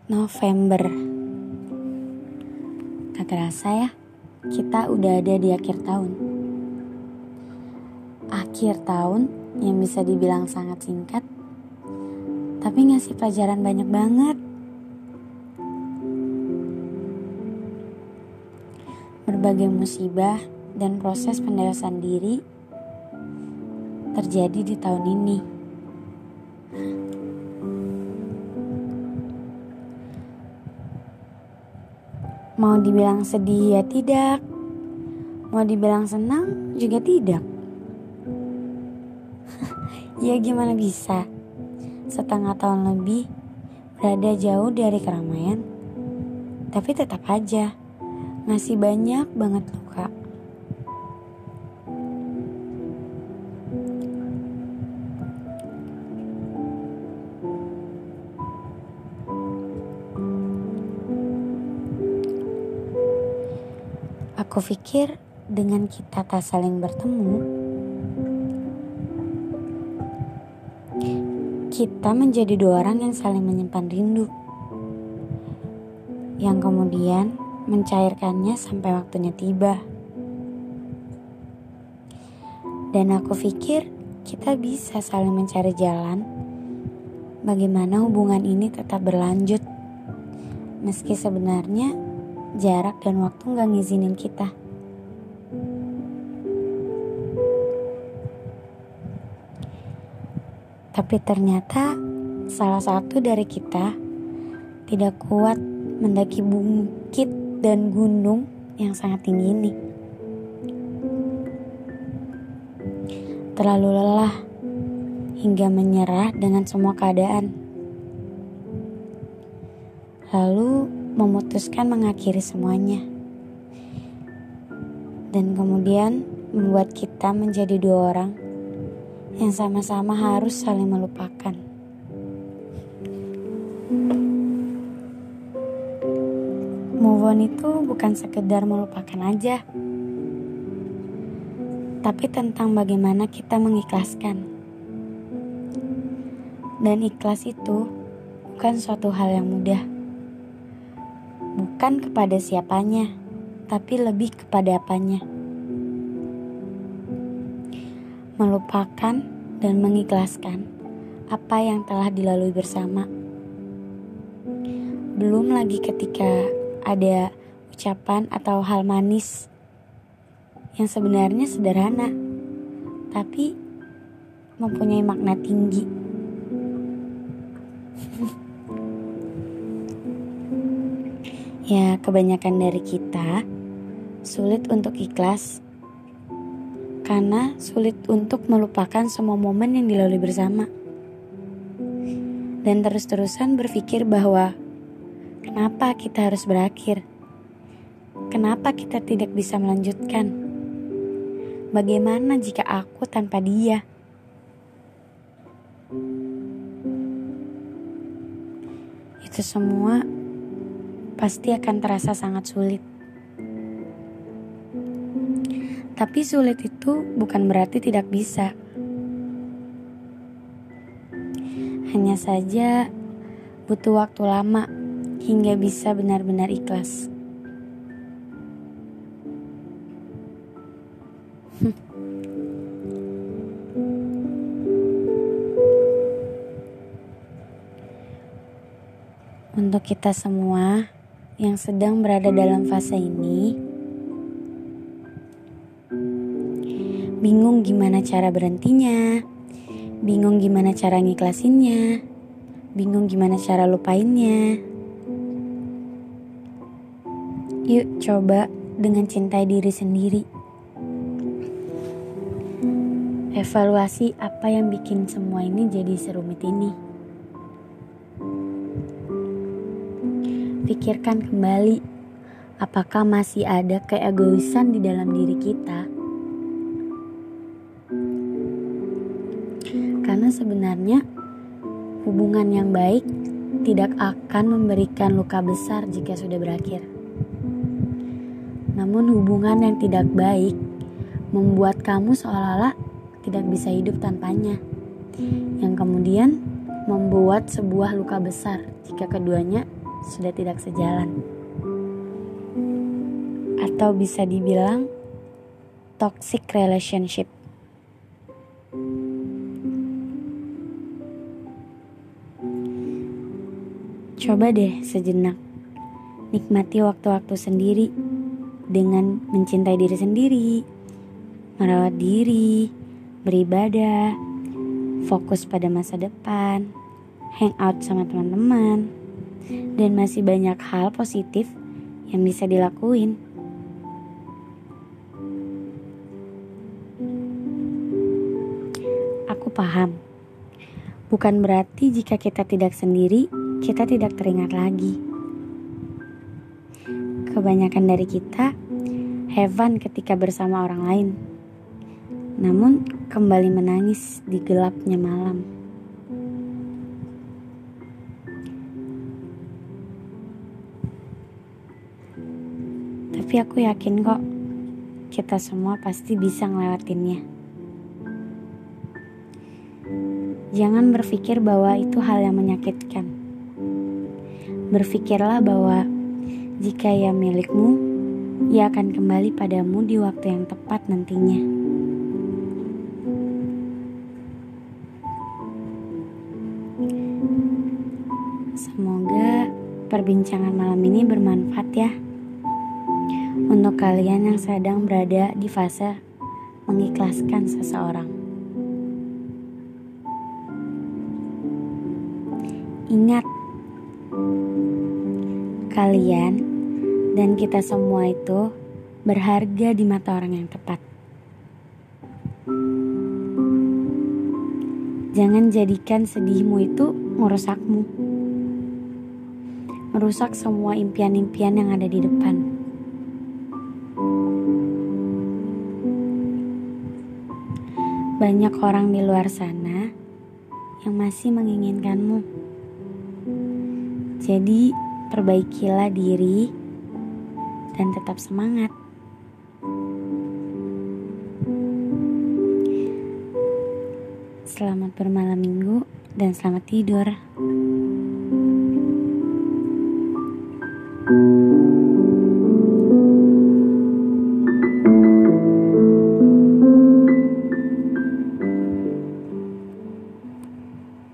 November. Gak terasa ya, kita udah ada di akhir tahun. Akhir tahun yang bisa dibilang sangat singkat, tapi ngasih pelajaran banyak banget. Berbagai musibah dan proses pendewasaan diri terjadi di tahun ini. Mau dibilang sedih ya tidak, mau dibilang senang juga tidak. Ya gimana bisa, setengah tahun lebih berada jauh dari keramaian, tapi tetap aja ngasih banyak banget luka. Aku pikir dengan kita tak saling bertemu, kita menjadi dua orang yang saling menyimpan rindu, yang kemudian mencairkannya sampai waktunya tiba. Dan aku pikir kita bisa saling mencari jalan bagaimana hubungan ini tetap berlanjut, meski sebenarnya jarak dan waktu gak ngizinin kita. Tapi ternyata salah satu dari kita tidak kuat mendaki bukit dan gunung yang sangat tinggi ini. Terlalu lelah hingga menyerah dengan semua keadaan. Lalu memutuskan mengakhiri semuanya. Dan kemudian membuat kita menjadi dua orang yang sama-sama harus saling melupakan. Move on itu bukan sekedar melupakan aja, tapi tentang bagaimana kita mengikhlaskan. Dan ikhlas itu bukan suatu hal yang mudah. Bukan kepada siapanya, tapi lebih kepada apanya. Melupakan dan mengikhlaskan apa yang telah dilalui bersama. Belum lagi ketika ada ucapan atau hal manis yang sebenarnya sederhana, tapi mempunyai makna tinggi. Ya, kebanyakan dari kita sulit untuk ikhlas karena sulit untuk melupakan semua momen yang dilalui bersama. Dan terus-terusan berpikir bahwa kenapa kita harus berakhir? Kenapa kita tidak bisa melanjutkan? Bagaimana jika aku tanpa dia? Itu semua pasti akan terasa sangat sulit. Tapi sulit itu bukan berarti tidak bisa. Hanya saja butuh waktu lama hingga bisa benar-benar ikhlas. Untuk kita semua yang sedang berada dalam fase ini, bingung gimana cara berhentinya, bingung gimana cara ngiklasinnya, bingung gimana cara lupainnya. Yuk coba dengan cintai diri sendiri. Evaluasi apa yang bikin semua ini jadi serumit ini. Pikirkan kembali, apakah masih ada keegoisan di dalam diri kita? Karena sebenarnya hubungan yang baik tidak akan memberikan luka besar jika sudah berakhir. Namun hubungan yang tidak baik membuat kamu seolah-olah tidak bisa hidup tanpanya, yang kemudian membuat sebuah luka besar jika keduanya sudah tidak sejalan. Atau bisa dibilang toxic relationship. Coba deh sejenak nikmati waktu-waktu sendiri dengan mencintai diri sendiri, merawat diri, beribadah, fokus pada masa depan, hangout sama teman-teman, dan masih banyak hal positif yang bisa dilakuin. Aku paham, bukan berarti jika kita tidak sendiri, kita tidak teringat lagi. Kebanyakan dari kita have fun ketika bersama orang lain, namun kembali menangis di gelapnya malam. Tapi aku yakin kok, kita semua pasti bisa ngelewatinnya. Jangan berpikir bahwa itu hal yang menyakitkan. Berpikirlah bahwa jika ia milikmu, ia akan kembali padamu di waktu yang tepat nantinya. Semoga perbincangan malam ini bermanfaat ya, untuk kalian yang sedang berada di fase mengikhlaskan seseorang. Ingat, kalian dan kita semua itu berharga di mata orang yang tepat. Jangan jadikan sedihmu itu merusakmu, merusak semua impian-impian yang ada di depan. Banyak orang di luar sana yang masih menginginkanmu. Jadi perbaikilah diri dan tetap semangat. Selamat bermalam minggu dan selamat tidur.